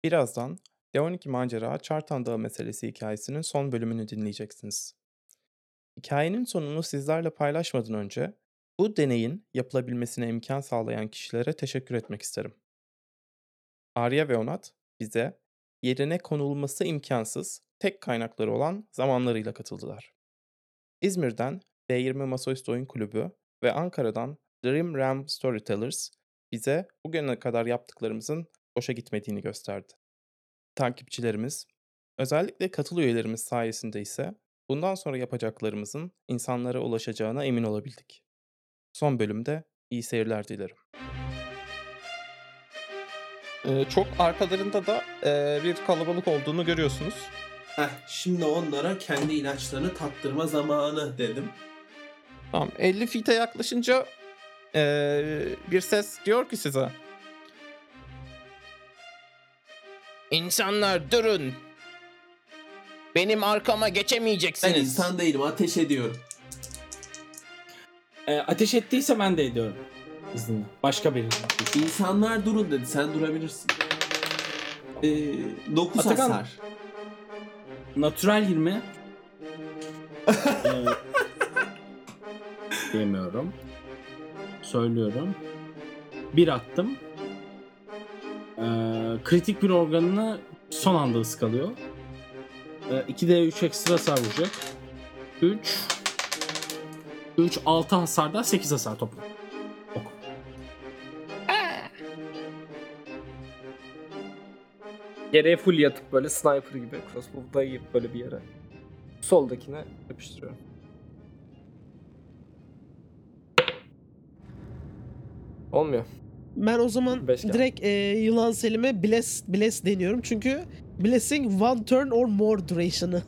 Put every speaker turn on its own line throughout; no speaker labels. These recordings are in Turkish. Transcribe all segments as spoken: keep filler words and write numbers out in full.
Birazdan D on iki Macera Çartan Dağı meselesi hikayesinin son bölümünü dinleyeceksiniz. Hikayenin sonunu sizlerle paylaşmadan önce bu deneyin yapılabilmesine imkan sağlayan kişilere teşekkür etmek isterim. Arya ve Onat bize yerine konulması imkansız tek kaynakları olan zamanlarıyla katıldılar. İzmir'den D yirmi Masaüstü Oyun Kulübü ve Ankara'dan Dream Realm Storytellers bize bugüne kadar yaptıklarımızın boşa gitmediğini gösterdi. Takipçilerimiz, özellikle katıl üyelerimiz sayesinde ise bundan sonra yapacaklarımızın insanlara ulaşacağına emin olabildik. Son bölümde iyi seyirler dilerim. Ee, çok arkalarında da e, bir kalabalık olduğunu görüyorsunuz.
Heh, şimdi onlara kendi ilaçlarını tattırma zamanı dedim.
Tamam, elli feet'e yaklaşınca e, bir ses diyor ki size: İnsanlar durun. Benim arkama geçemeyeceksiniz.
Ben insan değilim, ateş ediyorum.
E, ateş ettiyse ben de ediyorum. İzninle. Başka biri.
İnsanlar durun dedi, sen durabilirsin. Ee, dokuz
Atakan-
hasar.
Natural yirmi. e, diyemiyorum. Söylüyorum. Bir attım. E, kritik bir organını son anda ıskalıyor. E, iki D üç ekstra hasar vuracak. üç üç altı hasarda sekiz hasar toplam. Ok.
Yere full yatıp böyle sniper gibi crossbow dayayıp böyle bir yere soldakine yapıştırıyorum. Olmuyor.
Ben o zaman
Beş geldi.
direkt e, Yılan Selim'e Bless, Bless deniyorum. Çünkü Blessing one turn or more duration'ı.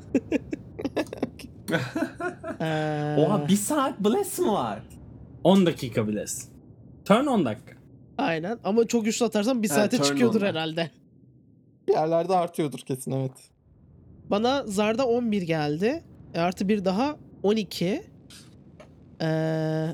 Ee,
Oha, bir saat bless mi var?
on dakika bile. Turn on dakika.
Aynen, ama çok güçlü atarsam bir
Ha,
saate
turn
çıkıyordur
on'da.
herhalde.
Bir yerlerde artıyordur kesin, evet.
Bana Zar'da on bir geldi. E, artı bir daha on iki. Ee,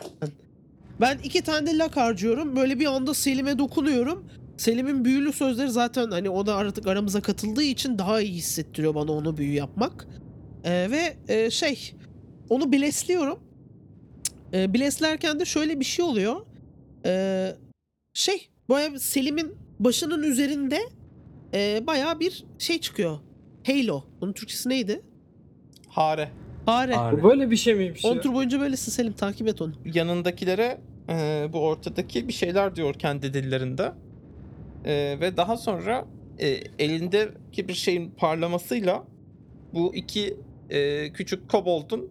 ben iki tane de lak harcıyorum. Böyle bir anda Selim'e dokunuyorum. Selim'in büyülü sözleri zaten hani o da artık aramıza katıldığı için daha iyi hissettiriyor bana onu büyü yapmak. Ee, ve e, şey onu blessliyorum. E, blesslerken de şöyle bir şey oluyor. Ee, şey böyle Selim'in başının üzerinde e, bayağı bir şey çıkıyor. Halo. Onun Türkçesi neydi?
Hare.
Hare.
Hare.
Bu böyle bir şey miymiş
on
ya?
tur boyunca böylesin Selim, takip et onu.
Yanındakilere e, bu ortadaki bir şeyler diyor kendi dillerinde. E, ve daha sonra e, elindeki bir şeyin parlamasıyla bu iki e, küçük koboldun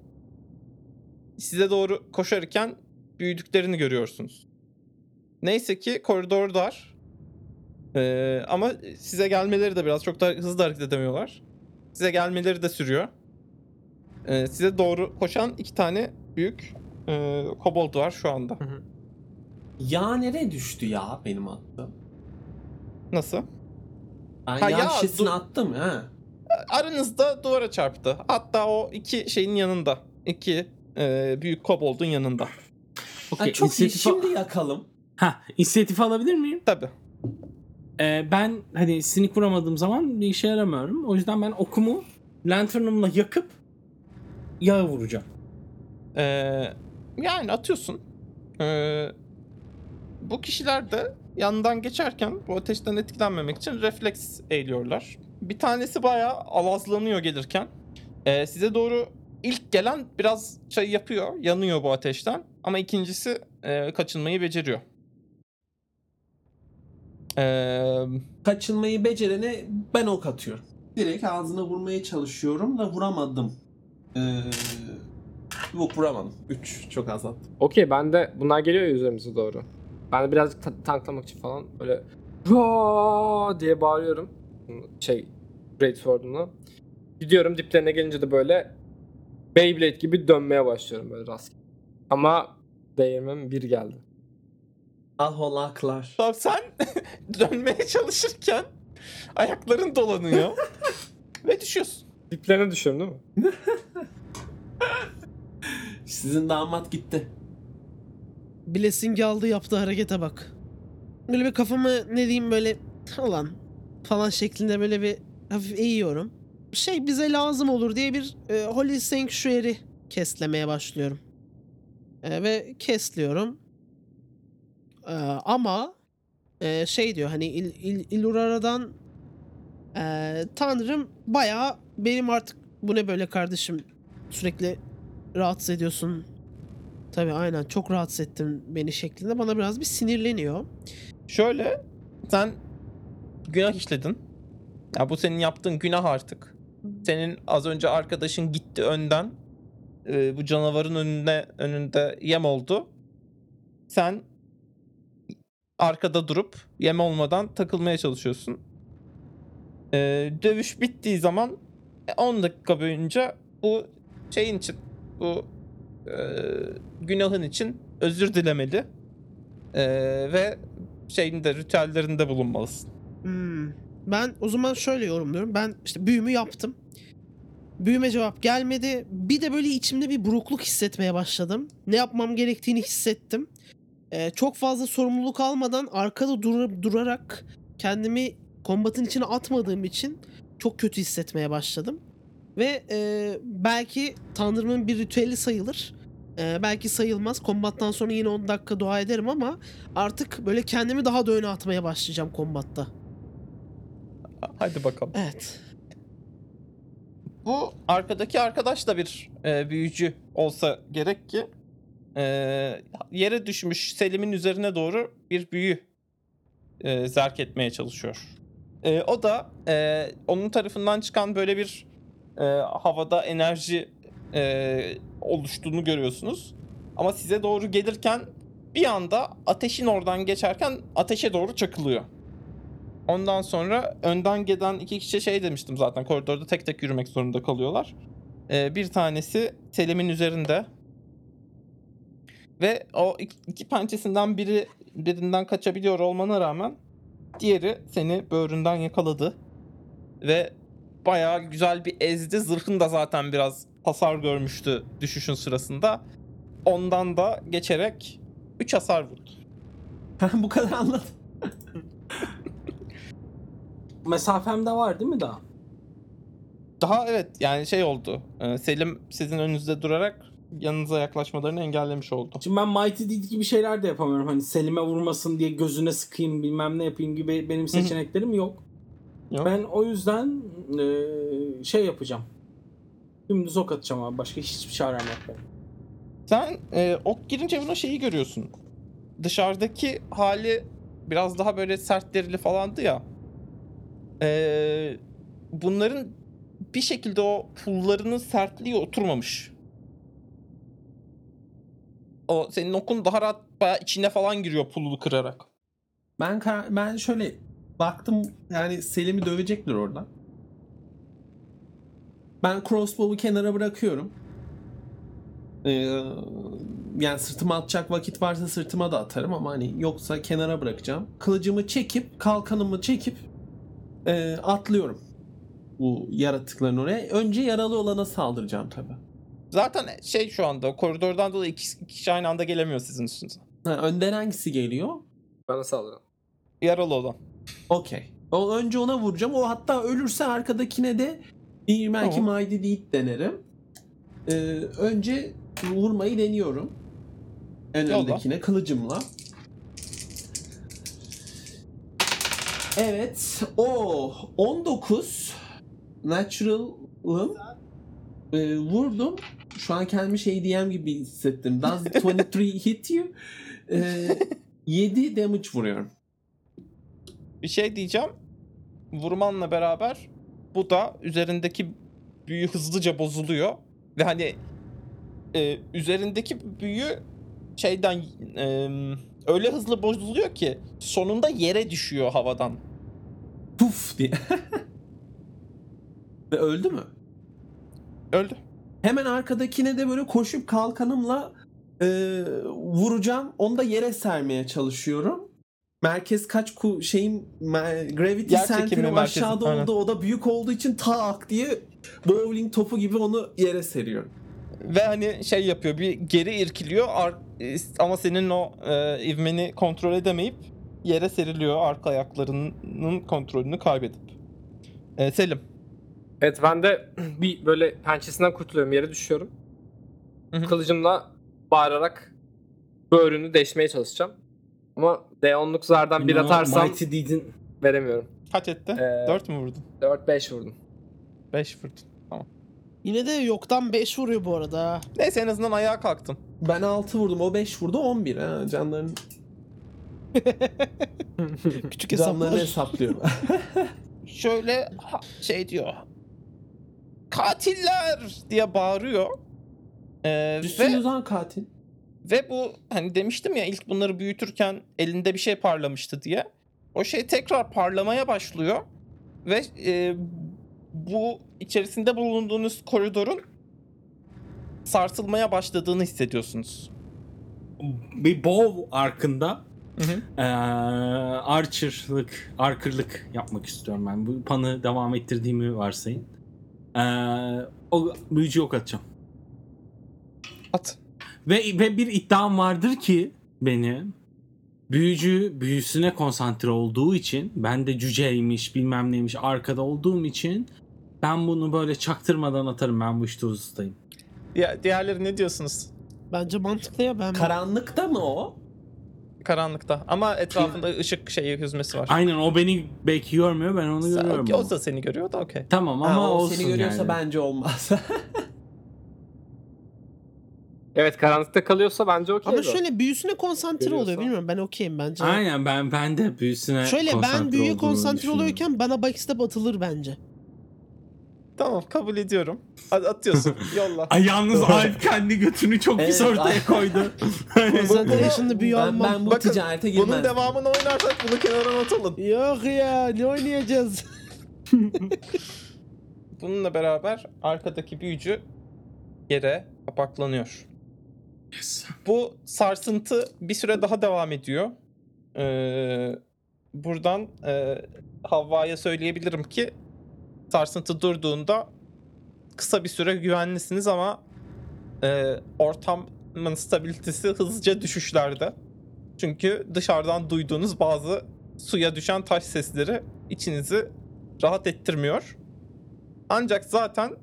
size doğru koşarken büyüdüklerini görüyorsunuz. Neyse ki koridor dar. E, ama size gelmeleri de biraz çok da hızlı hareket edemiyorlar. Size gelmeleri de sürüyor. E, size doğru koşan iki tane büyük e, kobold var şu anda.
Hı hı.
Yağ nereye düştü ya benim attığım?
Nasıl?
Ben
Ha,
yağ
yağ,
şişesini
du-
attım ha.
Aranızda duvara çarptı. Hatta o iki şeyin yanında. İki e, büyük koboldun yanında.
Okey,
Ha, çok iyi,
inisiyatif-
şimdi yakalım.
Ha, inisiyatif alabilir miyim?
Tabii.
Ee, ben hani sinik vuramadığım zaman bir işe yaramıyorum. O yüzden ben okumu lanternımla yakıp yağı vuracağım.
E, yani atıyorsun. E, bu kişiler de yanından geçerken bu ateşten etkilenmemek için refleks eğiliyorlar. Bir tanesi bayağı alazlanıyor gelirken. E, size doğru ilk gelen biraz şey yapıyor. Yanıyor bu ateşten. Ama ikincisi e, kaçınmayı beceriyor. Eee...
Kaçınmayı becerene ben ok atıyorum. Direkt ağzına vurmaya çalışıyorum da vuramadım. Ee, yok vuramadım. üç çok az attım.
Okey, ben de bunlar geliyor ya üzerimize doğru. Ben de birazcık ta- tanklamak için falan böyle "Raa!" diye bağırıyorum. Şey, Greatsword'umla. Gidiyorum, diplerine gelince de böyle Beyblade gibi dönmeye başlıyorum böyle rastgele. Ama değirmem bir geldi.
Ah olaklar.
Tamam, sen dönmeye çalışırken ayakların dolanıyor ve düşüyorsun.
Diplerine düşüyorum değil mi?
Sizin damat gitti.
Blessing aldı, yaptığı harekete bak. Böyle bir kafamı ne diyeyim böyle, ulan falan şeklinde böyle bir hafif eğiyorum. Şey bize lazım olur diye bir e, Holy Sanctuary kestlemeye başlıyorum. E, ve kestliyorum. E, ama e, şey diyor hani İl, İl, Ilurara'dan e, Tanrım bayağı benim artık bu ne böyle kardeşim sürekli rahatsız ediyorsun. Tabii aynen çok rahatsız ettin beni şeklinde bana biraz bir sinirleniyor.
Şöyle, sen günah işledin. Ya bu senin yaptığın günah artık. Senin az önce arkadaşın gitti önden. e, bu canavarın önünde önünde yem oldu. Sen arkada durup yem olmadan takılmaya çalışıyorsun. E, dövüş bittiği zaman on dakika boyunca bu şeyin için, bu e, günahın için özür dilemeli. E, ve şeyin de ritüellerinde bulunmalısın.
Hmm. Ben o zaman şöyle yorumluyorum. Ben işte büyümü yaptım. Büyüme cevap gelmedi. Bir de böyle içimde bir burukluk hissetmeye başladım. Ne yapmam gerektiğini hissettim. Ee, çok fazla sorumluluk almadan arkada dur durarak kendimi kombatın içine atmadığım için çok kötü hissetmeye başladım. Ve e, belki Tanrım'ın bir ritüeli sayılır. E, belki sayılmaz. Kombattan sonra yine on dakika dua ederim ama artık böyle kendimi daha da öne atmaya başlayacağım kombatta.
Hadi bakalım.
Evet.
Bu arkadaki arkadaş da bir e, büyücü olsa gerek ki e, yere düşmüş Selim'in üzerine doğru bir büyü e, zerk etmeye çalışıyor. E, o da e, onun tarafından çıkan böyle bir e, havada enerji e, oluştuğunu görüyorsunuz. Ama size doğru gelirken bir anda ateşin oradan geçerken ateşe doğru çakılıyor. Ondan sonra önden gelen iki kişi şey demiştim zaten, koridorda tek tek yürümek zorunda kalıyorlar. Ee, bir tanesi Selim'in üzerinde ve o iki, iki pençesinden biri birinden kaçabiliyor olmana rağmen diğeri seni böğründen yakaladı ve bayağı güzel bir ezdi. Zırhın da zaten biraz hasar görmüştü düşüşün sırasında. Ondan da geçerek üç hasar vurdu.
Bu kadar anladım.
Mesafem de var değil mi daha?
Daha evet, yani şey oldu. e, Selim sizin önünüzde durarak yanınıza yaklaşmalarını engellemiş oldu.
Şimdi ben Mighty Deed gibi şeyler de yapamıyorum. Hani Selim'e vurmasın diye gözüne sıkayım bilmem ne yapayım gibi benim seçeneklerim yok.
Yok.
Ben o yüzden e, şey yapacağım. Dümdüz ok atacağım abi. Başka hiçbir çarem yok benim.
Sen e, ok girince buna şeyi görüyorsun. Dışarıdaki hali biraz daha böyle sert derili falandı ya. E, bunların bir şekilde o pullarının sertliği oturmamış. O senin okun daha rahat bayağı içine falan giriyor pulunu kırarak.
Ben kar- ben şöyle baktım, yani Selim'i dövecekler orada. Ben crossbow'u kenara bırakıyorum. Ee, yani sırtıma atacak vakit varsa sırtıma da atarım ama hani yoksa kenara bırakacağım. Kılıcımı çekip, kalkanımı çekip e, atlıyorum bu yaratıkların oraya. Önce yaralı olana saldıracağım tabii.
Zaten şey şu anda koridordan dolayı iki, iki kişi aynı anda gelemiyor sizin üstünüze.
Ha, önden hangisi geliyor?
Bana saldırın.
Yaralı olan.
Okey. O önce ona vuracağım. O hatta ölürse arkadakine de bir belki
Tamam.
Mighty Deed denerim. Ee, önce vurmayı deniyorum. En
Yolla.
öndekine kılıcımla. Evet. O on dokuz natural'ım. Ee, vurdum. Şu an kendimi şey diyem gibi hissettim. Does yirmi üç hit you? Ee, yedi damage vuruyorum.
Bir şey diyeceğim. Vurmanla beraber bu da üzerindeki büyü hızlıca bozuluyor. Ve hani e, üzerindeki büyü şeyden e, öyle hızlı bozuluyor ki sonunda yere düşüyor havadan.
Puf diye. Ve öldü mü?
Öldü.
Hemen arkadakine de böyle koşup kalkanımla e, vuracağım. Onu da yere sermeye çalışıyorum. Merkez kaç ku şeyim me- gravity
Yer çekimi
center'ım
merkezi,
aşağıda
aynen.
oldu. O da büyük olduğu için tak diye bowling topu gibi onu yere seriyorum.
Ve hani şey yapıyor, bir geri irkiliyor ar- ama senin o e, ivmeni kontrol edemeyip yere seriliyor arka ayaklarının kontrolünü kaybedip. Ee, Selim.
Evet, ben de bir böyle pençesinden kurtuluyorum, yere düşüyorum.
Hı hı.
Kılıcımla bağırarak böğrünü deşmeye çalışacağım. Ama D onluk zardan bir
No,
atarsam
Mighty Deed'in
veremiyorum.
Kaç etti?
Ee,
dört mü vurdun?
dört beş vurdum.
beş vurdun. Tamam.
Yine de yoktan beş vuruyor bu arada. ha.
Neyse, en azından ayağa kalktın.
Ben altı vurdum, o beş vurdu, on bir. Ha, canların
Küçük
canlarını
hesaplar.
hesaplıyorum.
Şöyle ha- şey diyor. Katiller diye bağırıyor. Ee,
Düşsün
ve,
Yuzan katil.
ve bu hani demiştim ya ilk bunları büyütürken elinde bir şey parlamıştı diye. O şey tekrar parlamaya başlıyor. Ve e, bu içerisinde bulunduğunuz koridorun sarsılmaya başladığını hissediyorsunuz.
bir bow arkında
Hı hı.
eee archer'lık, archer'lık yapmak istiyorum ben. Bu panı devam ettirdiğimi varsayın. Eee o büyücü ok atacağım.
At.
Ve ve bir iddiam vardır ki benim büyücü büyüsüne konsantre olduğu için, ben de cüceymiş bilmem neymiş arkada olduğum için ben bunu böyle çaktırmadan atarım. Ben bu işte ustayım.
Diğer, diğerleri ne diyorsunuz?
Bence mantıklı ya, ben
Karanlıkta mı o?
Karanlıkta. Ama etrafında ışık şeyi hüzmesi var.
Aynen, o beni belki görmüyor, ben onu
Sen-
görüyorum.
o
ama.
da seni görüyor da okey.
Tamam ama
Ha, o
olsun
seni görüyorsa
yani.
bence olmaz.
Evet, karanlıkta kalıyorsa bence okey.
Ama
de.
şöyle büyüsüne konsantre
Görüyorsa.
oluyor, bilmiyorum, ben okeyim bence.
Aynen, ben ben de büyüsüne
Şöyle
konsantre
ben büyüye
olduğunu
konsantre
düşünüyorum.
oluyorken bana backstep atılır bence.
Tamam, kabul ediyorum. Hadi atıyorsun. Yolla.
Ay yalnız Alp kendi götünü çok pis
Evet,
ortaya
Alp.
koydu.
Concentration'lı büyü
ben,
almam.
ben bu
Bakın,
ticarete girmem.
Bunun devamını oynarsak bunu kenara not alın.
Yok ya, ne oynayacağız?
Bununla beraber arkadaki büyücü yere kapaklanıyor.
Yes.
Bu sarsıntı bir süre daha devam ediyor. Ee, buradan e, Havva'ya söyleyebilirim ki sarsıntı durduğunda kısa bir süre güvenlisiniz ama e, ortamın stabilitesi hızlıca düşüşlerde. Çünkü dışarıdan duyduğunuz bazı suya düşen taş sesleri içinizi rahat ettirmiyor. Ancak zaten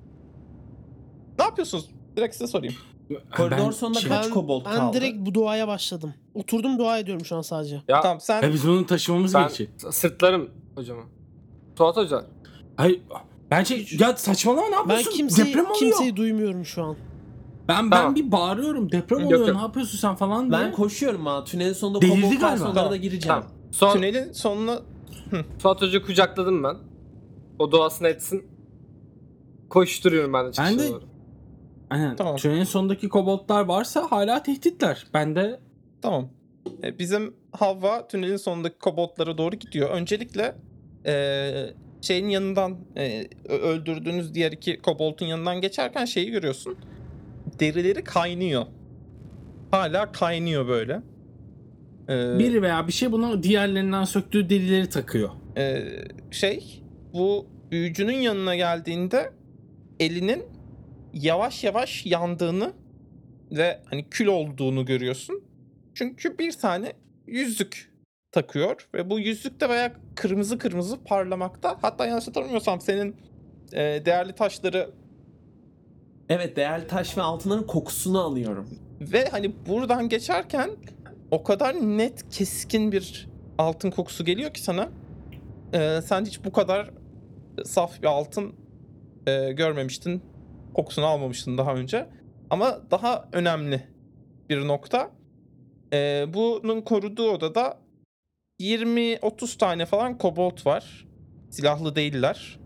ne yapıyorsunuz? Direkt size sorayım.
Koridor
Ben-
sonunda
şey-
kaç
Ben,
kobold
ben
kaldı?
direkt bu duaya başladım. Oturdum, dua ediyorum şu an sadece.
Ya
Tamam, sen
Ya biz bunu taşımamız
ben
gerekecek.
sırtlarım hocama. Suat Hoca.
Hayır, bence ya saçmalama, ne
Ben
yapıyorsun?
kimseyi,
deprem oluyor.
kimseyi duymuyorum şu an.
Ben ben
Tamam.
bir bağırıyorum. Deprem
Yok,
oluyor.
yok.
Ne yapıyorsun sen falan diye.
Ben koşuyorum ha. Tünelin sonunda
Delirdi
kobold varsa
galiba.
onlara da
Tamam.
gireceğim.
Tamam. Son
tünelin sonuna
Suat Hoca kucakladım ben. O doğasını etsin. Koşturuyorum ben de çıkışa
Ben de-
doğru.
Aynen.
Tamam.
Tünelin sonundaki koboldlar varsa hala tehditler. Ben de
tamam. E, Bizim Havva tünelin sonundaki koboldlara doğru gidiyor. Öncelikle e, şeyin yanından e, ö- öldürdüğünüz diğer iki koboldun yanından geçerken şeyi görüyorsun. Derileri kaynıyor. Hala kaynıyor böyle. E,
biri veya bir şey bunu diğerlerinden söktüğü derileri takıyor.
e, şey bu büyücünün yanına geldiğinde elinin yavaş yavaş yandığını ve hani kül olduğunu görüyorsun. Çünkü bir tane yüzük takıyor ve bu yüzük de bayağı kırmızı kırmızı parlamakta. Hatta yanlış hatırlamıyorsam senin e, değerli taşları
Evet, değerli taş ve altınların kokusunu alıyorum.
ve hani buradan geçerken o kadar net, keskin bir altın kokusu geliyor ki sana. E, sen hiç bu kadar saf bir altın e, görmemiştin. Kokusunu almamıştın daha önce. Ama daha önemli bir nokta. E, bunun koruduğu odada yirmi otuz tane falan kobold var. Silahlı değiller.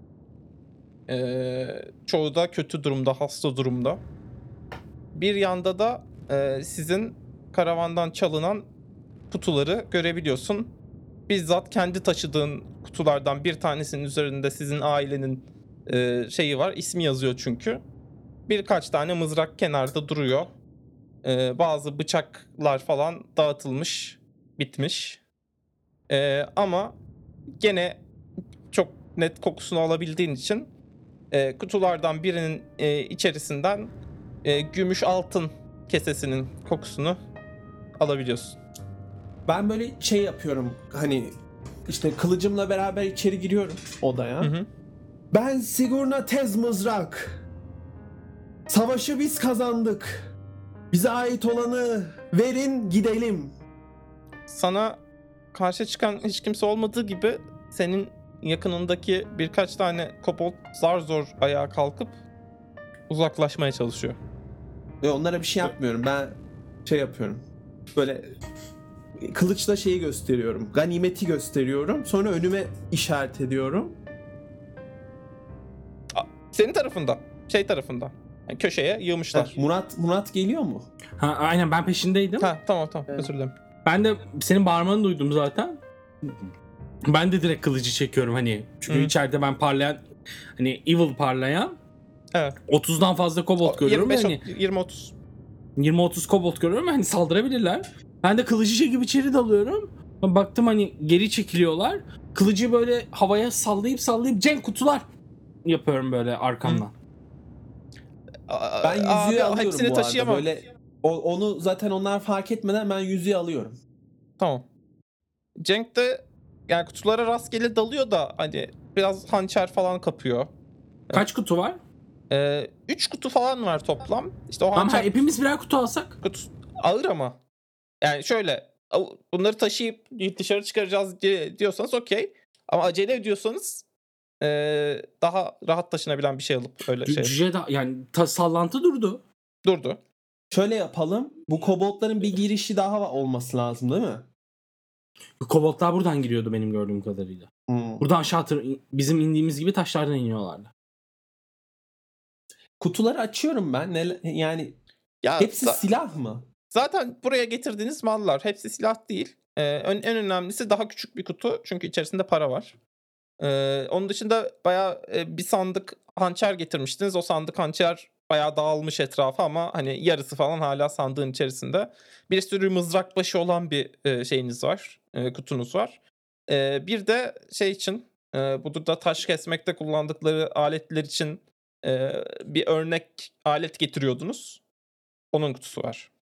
E, çoğu da kötü durumda, hasta durumda. Bir yanda da e, sizin karavandan çalınan kutuları görebiliyorsun. Bizzat kendi taşıdığın kutulardan bir tanesinin üzerinde sizin ailenin e, şeyi var. İsmi yazıyor çünkü. Birkaç tane mızrak kenarda duruyor. E, bazı bıçaklar falan dağıtılmış, bitmiş. E, ama gene çok net kokusunu alabildiğin için e, kutulardan birinin e, içerisinden e, gümüş altın kesesinin kokusunu alabiliyorsun.
Ben böyle şey yapıyorum. Hani işte kılıcımla beraber içeri giriyorum odaya.
Hı hı.
Ben Sigurna Tez Mızrak. Savaşı biz kazandık. Bize ait olanı verin gidelim.
Sana karşı çıkan hiç kimse olmadığı gibi senin yakınındaki birkaç tane kobold zar zor ayağa kalkıp uzaklaşmaya çalışıyor.
Ve onlara bir şey yapmıyorum. Ben şey yapıyorum. Böyle kılıçla şeyi gösteriyorum. Ganimeti gösteriyorum. Sonra önüme işaret ediyorum.
Senin tarafında, şey tarafında. Yani köşeye yığmışlar.
Heh, Murat Murat geliyor mu?
Ha, aynen ben peşindeydim.
Ha, tamam tamam,
Evet.
özür dilerim.
Ben de senin bağırmanı duydum zaten. Ben de direkt kılıcı çekiyorum hani. Çünkü
Hı.
içeride ben parlayan hani evil parlayan
Evet.
otuzdan fazla kobold görüyorum.
yirmi beş,
Hani
yirmi otuz.
yirmi otuz kobold görüyorum. Hani saldırabilirler. Ben de kılıcı çekip içeri dalıyorum. Baktım hani geri çekiliyorlar. Kılıcı böyle havaya sallayıp sallayıp cenk kutular yapıyorum böyle arkamdan.
Ben yüzüğü
Abi,
alıyorum
hepsini
bu arada.
taşıyamam.
Böyle o- onu zaten onlar fark etmeden ben yüzüğü alıyorum.
Tamam. Cenk de yani kutulara rastgele dalıyor da hani biraz hançer falan kapıyor.
Kaç kutu var?
Ee, üç kutu falan var toplam. İşte o
Tamam ha,
hançer
hepimiz birer kutu alsak.
kutu ağır ama. Yani şöyle av- bunları taşıyıp dışarı çıkaracağız diye diyorsanız okey. Ama acele ediyorsanız ee, daha rahat taşınabilen bir şey alıp öyle
Cü-
şey.
Cüce da yani ta- sallantı durdu.
Durdu.
Şöyle yapalım. Bu koboldların bir girişi daha olması lazım değil mi?
Koboldlar buradan giriyordu benim gördüğüm kadarıyla.
Hmm.
Buradan aşağı tır- bizim indiğimiz gibi taşlardan iniyorlardı.
Kutuları açıyorum ben. Ne, yani
Ya
hepsi
za-
silah mı?
zaten buraya getirdiğiniz mallar hepsi silah değil. Ee, en, en önemlisi daha küçük bir kutu çünkü içerisinde para var. Ee, onun dışında bayağı e, bir sandık hançer getirmiştiniz. O sandık hançer bayağı dağılmış etrafa ama hani yarısı falan hala sandığın içerisinde. Bir sürü mızrak başı olan bir e, şeyiniz var, e, kutunuz var. E, bir de şey için, e, bu da taş kesmekte kullandıkları aletler için e, bir örnek alet getiriyordunuz. Onun kutusu var.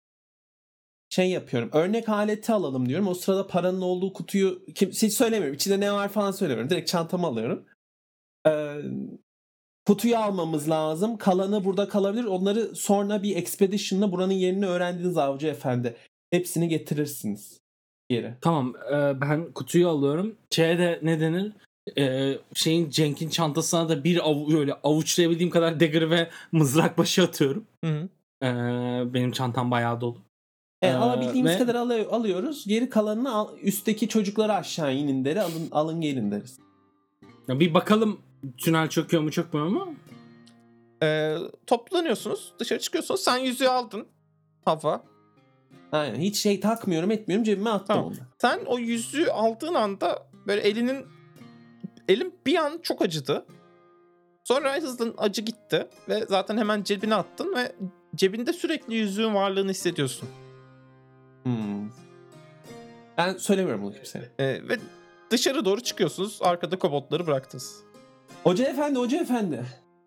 Şey yapıyorum. Örnek aleti alalım diyorum. O sırada paranın olduğu kutuyu kim, hiç söylemiyorum. İçinde ne var falan söylemiyorum. Direkt çantamı alıyorum. Ee, kutuyu almamız lazım. Kalanı burada kalabilir. Onları sonra bir expedition'la buranın yerini öğrendiğiniz avcı efendi. Hepsini getirirsiniz geri.
Tamam e, ben kutuyu alıyorum. Şeye de ne denir? E, şeyin Cenk'in çantasına da bir avu, öyle avuçlayabildiğim kadar dagger ve mızrak başı atıyorum.
Hı hı.
E, benim çantam bayağı dolu.
E,
Ee,
alabildiğimiz
ve-
kadar alı- alıyoruz. Geri kalanını al, üstteki çocukları aşağı inin deri. Alın, alın gelin deriz.
Ya bir bakalım tünel çöküyor mu çökmüyor mu?
E, toplanıyorsunuz, dışarı çıkıyorsunuz. Sen yüzüğü aldın. Hava.
Aynen. Hiç şey takmıyorum etmiyorum. Cebime attım
Tamam.
onu.
Sen o yüzüğü aldığın anda böyle elinin elin bir an çok acıdı. Sonra hızlı acı gitti ve zaten hemen cebine attın ve cebinde sürekli yüzüğün varlığını hissediyorsun.
Hmm. Ben söylemiyorum bunu kimseye.
Ee, ve dışarı doğru çıkıyorsunuz. Arkada koboldları bıraktınız.
Hoca efendi, hoca efendi.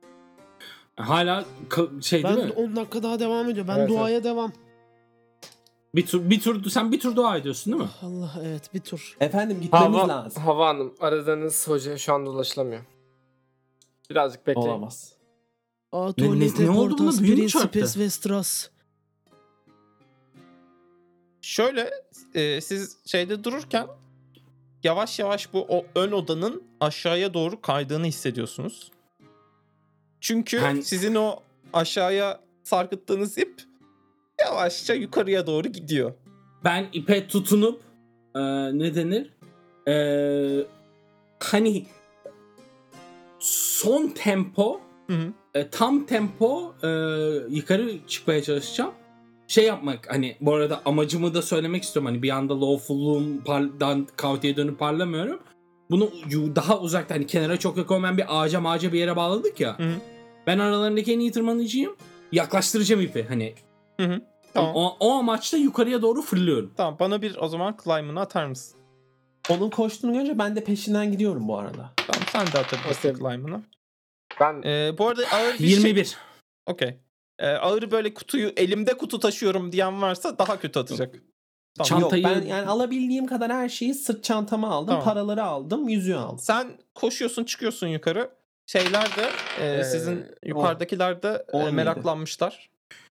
Hala ka- şey
Ben
değil mi?
on dakika daha devam ediyor. Ben
Evet,
duaya devam.
Bir tur bir tur sen bir tur dua ediyorsun değil mi?
Allah, evet, bir tur.
Efendim gitmemiz
Hava,
lazım.
Hava Hanım aradığınız hoca şu anda ulaşılamıyor. Birazcık bekleyin.
Olamaz.
A
ne-
tuvalete
ne oldu buna?
portas
Büyü mü çarptı?
principes vestras.
Şöyle e, siz şeyde dururken yavaş yavaş bu o ön odanın aşağıya doğru kaydığını hissediyorsunuz. Çünkü
Ben-
sizin o aşağıya sarkıttığınız ip yavaşça yukarıya doğru gidiyor.
Ben ipe tutunup e, ne denir? E, hani son tempo
Hı hı.
e, tam tempo e, yukarı çıkmaya çalışacağım. Şey yapmak hani bu arada amacımı da söylemek istiyorum. Hani bir anda lawful'luğumdan kavtiye dönüp parlamıyorum. Bunu yu- daha uzakta hani kenara çok yakın olmayan bir ağaca mağaca bir yere bağladık ya.
Hı hı.
Ben aralarındaki en iyi tırmanıcıyım. Yaklaştıracağım ipi hani.
Hı hı. Tamam.
O, o amaçla yukarıya doğru fırlıyorum.
Tamam, bana bir o zaman climb'ını atar mısın?
Onun koştuğunu görünce ben de peşinden gidiyorum bu arada.
Tamam, sen de atabilirsin
Okey.
climb'ını.
Ben
Ee, bu arada ağır bir
yirmi
şey...
bir.
Okey. Ee, ağır böyle kutuyu elimde kutu taşıyorum diyen varsa daha kötü atacak. Tamam.
Çantayı-
Yok ben yani alabildiğim kadar her şeyi sırt çantama aldım.
Tamam.
Paraları aldım. Yüzüğü aldım.
Sen koşuyorsun çıkıyorsun yukarı. Şeyler de e,
Ee,
sizin yukarıdakiler de e,
on yedi.
meraklanmışlar.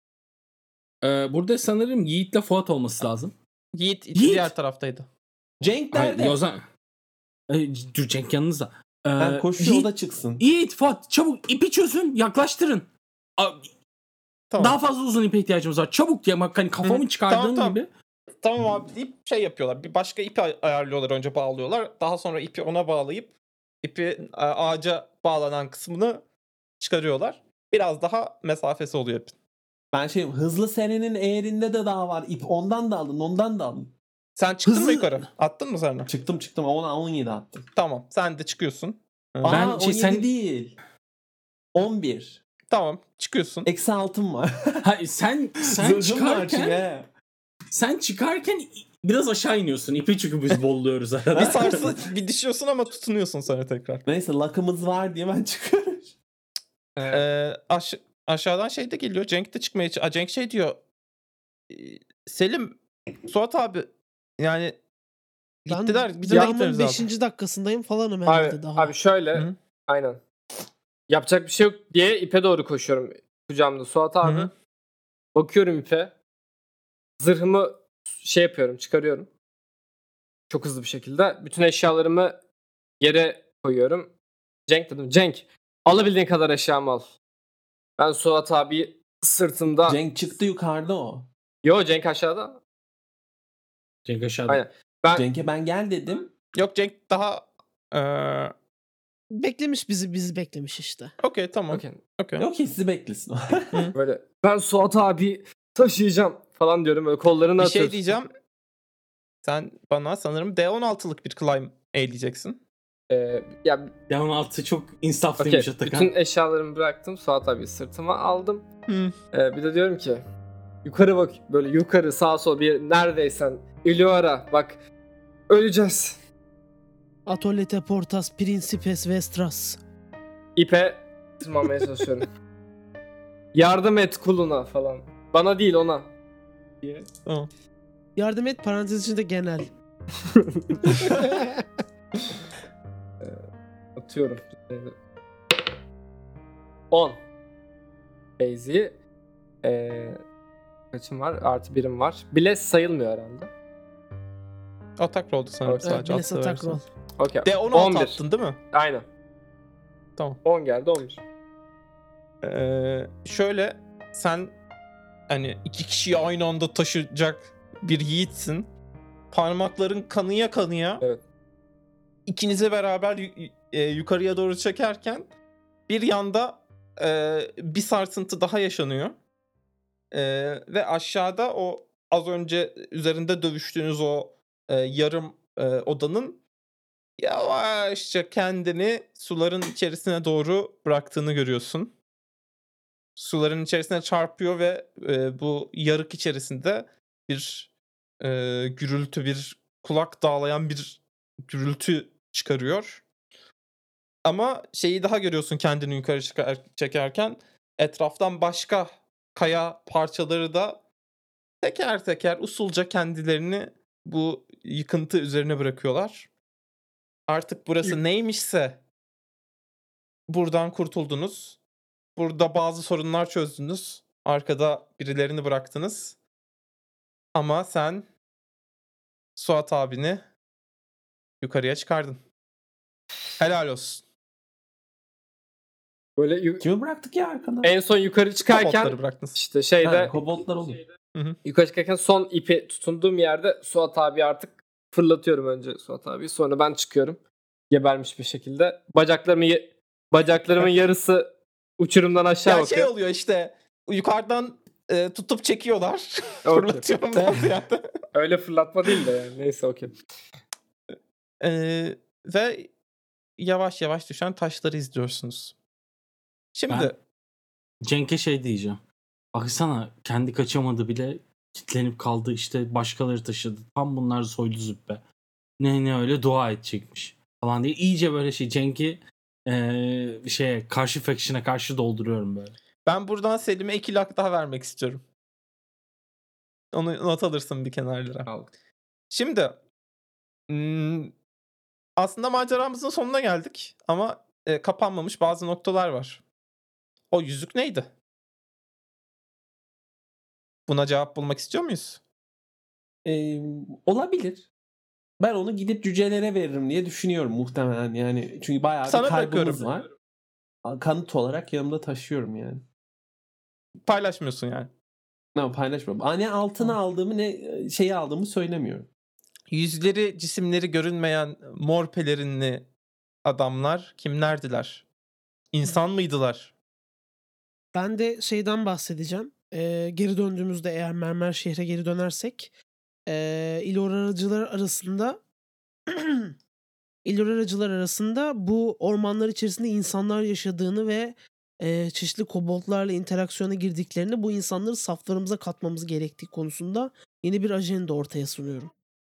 Ee, burada sanırım Yiğit'le Fuat olması lazım.
Yiğit,
Yiğit!
diğer taraftaydı.
Cenk
Hayır,
nerede?
Yozan. Ee, dur Cenk yanınızda. Ee,
Ben koşuyor o
Yiğit,
da çıksın.
Yiğit, Fuat çabuk ipi çözün, yaklaştırın. Aa,
Tamam.
Daha fazla uzun ipe ihtiyacımız var. Çabuk ya bak hani kafamı
Hı,
çıkardığın
tamam, tamam.
gibi.
Tamam abi deyip şey yapıyorlar. Bir başka ipi ay- ayarlıyorlar, önce bağlıyorlar. Daha sonra ipi ona bağlayıp ipi e, ağaca bağlanan kısmını çıkarıyorlar. Biraz daha mesafesi oluyor ipin.
Ben şey hızlı senenin eğerinde de daha var. İp ondan da alın, ondan da alın.
Sen çıktın
Hızlı-
mı yukarı? Attın mı sen?
Çıktım çıktım. ona on yedi attım.
Tamam. Sen de çıkıyorsun. Hı.
Aa,
Ben
on
şey,
yedi
sen-
değil. on bir.
Tamam. Çıkıyorsun.
Eksi altım var.
Hayır sen sen
Zırhım var
çıkarken
çünkü, he.
sen çıkarken biraz aşağı iniyorsun. İpi çünkü biz bolluyoruz arada.
Bir sarsı, bir düşüyorsun ama tutunuyorsun sonra tekrar.
Neyse lakımız var diye ben çıkıyorum.
Ee, aş- aşağıdan şey de geliyor. Cenk de çıkmaya ç- Aa, Cenk şey diyor. "Ee, Selim, Suat abi yani
Ben
gittiler. Bizim de
yağmurun
gitmemiz lazım.
beşinci dakikasındayım falanım herhalde
Abi,
daha.
abi şöyle.
Hı.
Aynen. Yapacak bir şey yok diye ipe doğru koşuyorum kucağımda. Suat abi.
Hı hı.
Bakıyorum ipe. Zırhımı şey yapıyorum, çıkarıyorum. Çok hızlı bir şekilde. Bütün eşyalarımı yere koyuyorum. Cenk dedim. Cenk, alabildiğin kadar eşyamı al. Ben Suat abi sırtımda...
Cenk çıktı yukarıda o.
Yo, Cenk aşağıda.
Cenk aşağıda.
Aynen. Ben
Cenk'e ben gel dedim.
Yok, Cenk daha ee,
Beklemiş bizi bizi beklemiş işte.
okey tamam.
Okey.
Okey.
Yok ki sizi beklesin.
Böyle ben Suat abi taşıyacağım falan diyorum. Böyle kollarını
Bir
atıyorsun.
şey diyeceğim. Sen bana sanırım D on altılık bir climb eğleyeceksin.
Ee, ya
D on altı çok insaflıymış
okey.
Atakan.
Bütün eşyalarımı bıraktım. Suat abi sırtıma aldım.
Hı.
Ee, bir de diyorum ki yukarı bak, böyle yukarı sağa sol bir neredeysen Iluara bak, öleceğiz.
Atolete portas principes vestras.
İpe tırmanmaya çalışıyorum. Yardım et kuluna falan. Bana değil, ona. Diye.
Tamam.
Yardım et parantez içinde genel.
Atıyorum. on. Beyzi. Ee, kaçım var? Artı birim var. Bile sayılmıyor herhalde.
Atak roll'du sanırım
Evet,
sadece.
Bless
attığı
attack
versin.
roll.
Okey.
D on altı
on bir.
attın değil mi?
Aynen.
Tamam.
on geldi, on bir.
Ee, şöyle sen hani iki kişiyi aynı anda taşıyacak bir yiğitsin. Parmakların kanıya kanıya
Evet.
ikinizi beraber yu- e, yukarıya doğru çekerken bir yanda e, bir sarsıntı daha yaşanıyor. E, ve aşağıda o az önce üzerinde dövüştüğünüz o e, yarım e, odanın yavaşça kendini suların içerisine doğru bıraktığını görüyorsun. Suların içerisine çarpıyor ve e, bu yarık içerisinde bir e, gürültü, bir kulak dağlayan bir gürültü çıkarıyor. Ama şeyi daha görüyorsun kendini yukarı çıkar, çekerken, etraftan başka kaya parçaları da teker teker usulca kendilerini bu yıkıntı üzerine bırakıyorlar. Artık burası neymişse buradan kurtuldunuz. Burada bazı sorunlar çözdünüz. Arkada birilerini bıraktınız. Ama sen Suat abini yukarıya çıkardın. Helal olsun.
Böyle yu-
Kimi bıraktık ya arkada?
en son yukarı çıkarken
Robotları bıraktınız.
işte şeyde
Ha, koboldlar oluyor.
yukarı çıkarken son ipi tutunduğum yerde Suat abi artık fırlatıyorum önce Suat abi. Sonra ben çıkıyorum. Gebermiş bir şekilde. Bacaklarımı ye- bacaklarımın yarısı uçurumdan aşağı
Ya
bakıyor.
şey oluyor işte, yukarıdan e, tutup çekiyorlar.
Okey.
Fırlatıyorum bazı yerde.
Öyle fırlatma değil de yani. Neyse, okey.
E, ve yavaş yavaş düşen taşları izliyorsunuz. Şimdi
Ben- Cenk'e şey diyeceğim. Baksana kendi kaçamadı bile kilitlenip kaldı, işte başkaları taşıdı. Tam bunlar soylu züppe. Ne ne öyle dua edecekmiş falan diye. İyice böyle şey Cenk'i eee şeye karşı faction'a karşı dolduruyorum böyle.
ben buradan Selim'e iki lak daha vermek istiyorum. Onu not alırsın bir kenarlara.
Al.
Şimdi hmm, aslında maceramızın sonuna geldik ama e, kapanmamış bazı noktalar var. O yüzük neydi? Buna cevap bulmak istiyor muyuz?
Ee, olabilir. Ben onu gidip cücelere veririm diye düşünüyorum muhtemelen yani. Çünkü bayağı
Sana
bir kaybımız
bırakıyorum.
var. Kanıt olarak yanımda taşıyorum yani.
Paylaşmıyorsun yani.
Ne paylaşmıyorum. Ne altını aldığımı ne şeyi aldığımı söylemiyorum.
Yüzleri, cisimleri görünmeyen mor pelerinli adamlar kimlerdiler? İnsan mıydılar?
Ben de şeyden bahsedeceğim. Ee, geri döndüğümüzde eğer Mermer şehre geri dönersek ee, İlor aracılar arasında İlor aracılar arasında bu ormanlar içerisinde insanlar yaşadığını ve ee, çeşitli koboldlarla interaksiyona girdiklerini, bu insanları saflarımıza katmamız gerektiği konusunda yeni bir ajanda ortaya sunuyorum.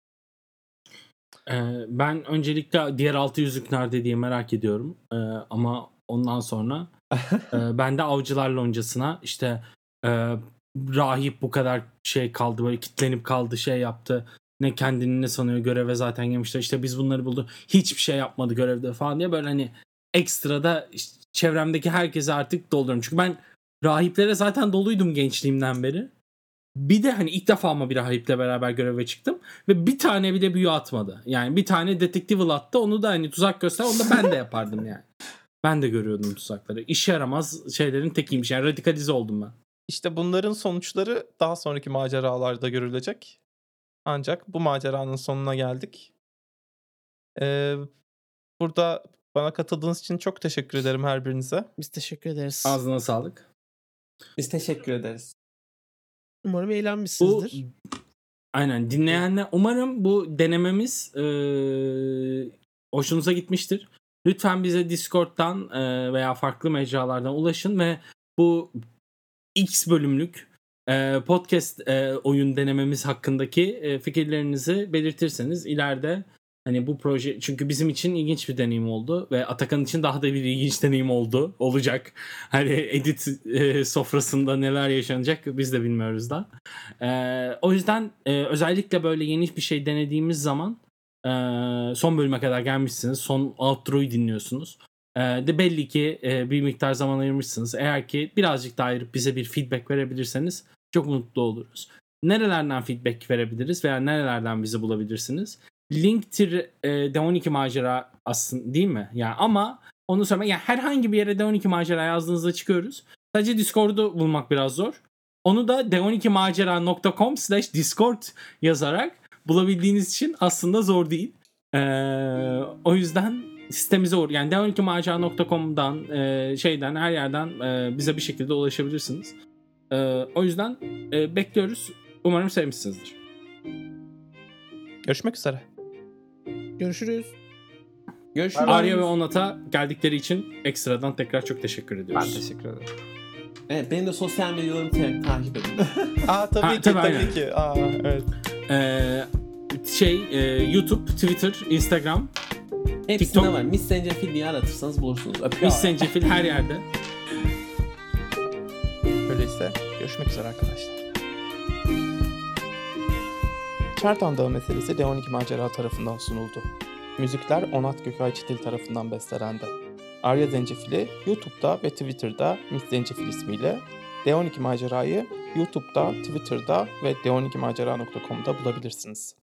Ee, ben öncelikle diğer altı yüzük nerede diye merak ediyorum. Ee, ama ondan sonra e, ben de avcılar loncasına işte e, rahip bu kadar şey kaldı, böyle kitlenip kaldı, şey yaptı. Ne kendini ne sanıyor, göreve zaten gelmişler. İşte biz bunları bulduk. Hiçbir şey yapmadı görevde falan diye böyle hani ekstra da işte çevremdeki herkese artık dolduruyorum. Çünkü ben rahiplere zaten doluydum gençliğimden beri. Bir de hani ilk defa mı bir rahiple beraber göreve çıktım ve bir tane bile büyü atmadı. Yani bir tane detective attı, onu da hani tuzak göster, onu da ben de yapardım yani. Ben de görüyordum tuzakları. İşe yaramaz şeylerin tekiymiş. Yani radikalize oldum ben.
İşte bunların sonuçları daha sonraki maceralarda görülecek. Ancak bu maceranın sonuna geldik. Ee, burada bana katıldığınız için çok teşekkür ederim her birinize.
Biz teşekkür ederiz.
Ağzına sağlık.
Biz teşekkür ederiz.
Umarım
Bu
eğlenmişsinizdir.
aynen dinleyenler, umarım bu denememiz e, hoşunuza gitmiştir. Lütfen bize Discord'dan e, veya farklı mecralardan ulaşın ve bu X bölümlük e, podcast e, oyun denememiz hakkındaki e, fikirlerinizi belirtirseniz ileride hani bu proje, çünkü bizim için ilginç bir deneyim oldu ve Atakan için daha da bir ilginç deneyim oldu olacak. Hani edit e, sofrasında neler yaşanacak biz de bilmiyoruz da. E, o yüzden e, özellikle böyle yeni bir şey denediğimiz zaman e, son bölüme kadar gelmişsiniz. Son outro'yu dinliyorsunuz. E, de belli ki e, bir miktar zaman ayırmışsınız. Eğer ki birazcık daha ayırıp bize bir feedback verebilirseniz çok mutlu oluruz. Nerelerden feedback verebiliriz veya nerelerden bizi bulabilirsiniz? Linktir e, D on iki macera aslında, değil mi? Yani ama onu söyleme. Yani herhangi bir yere D on iki macera yazdığınızda çıkıyoruz. Sadece Discord'u bulmak biraz zor. Onu da d on iki macera nokta com slash discord yazarak bulabildiğiniz için aslında zor değil. Ee, o yüzden sitemize uğra. Yani d on iki macera nokta com'dan e, şeyden her yerden e, bize bir şekilde ulaşabilirsiniz. E, o yüzden e, bekliyoruz. Umarım sevmişsinizdir.
Görüşmek üzere.
Görüşürüz.
Görüşürüz.
Arya ve Onat'a geldikleri için ekstradan tekrar çok teşekkür
Ben
ediyoruz.
teşekkür ederim.
Evet, benim de sosyal medyalarımı te- takip edin.
Aa tabii
Ha,
ki
tabii,
tabii,
aynen.
ki. Aa evet.
Ee, şey e, YouTube, Twitter, Instagram,
Hepsinde
TikTok.
var. Miss Zencefil diye aratırsanız bulursunuz. Öpüyorum.
Miss Zencefil her yerde.
Öyleyse görüşmek üzere arkadaşlar. Çartan Dağı meselesi D on iki Macera tarafından sunuldu. Müzikler Onat Gökay Çitil tarafından bestelendi. Arya Zencefil'i YouTube'da ve Twitter'da Miss Zencefil ismiyle, D on iki Macera'yı YouTube'da, Twitter'da ve d on iki macera nokta com'da bulabilirsiniz.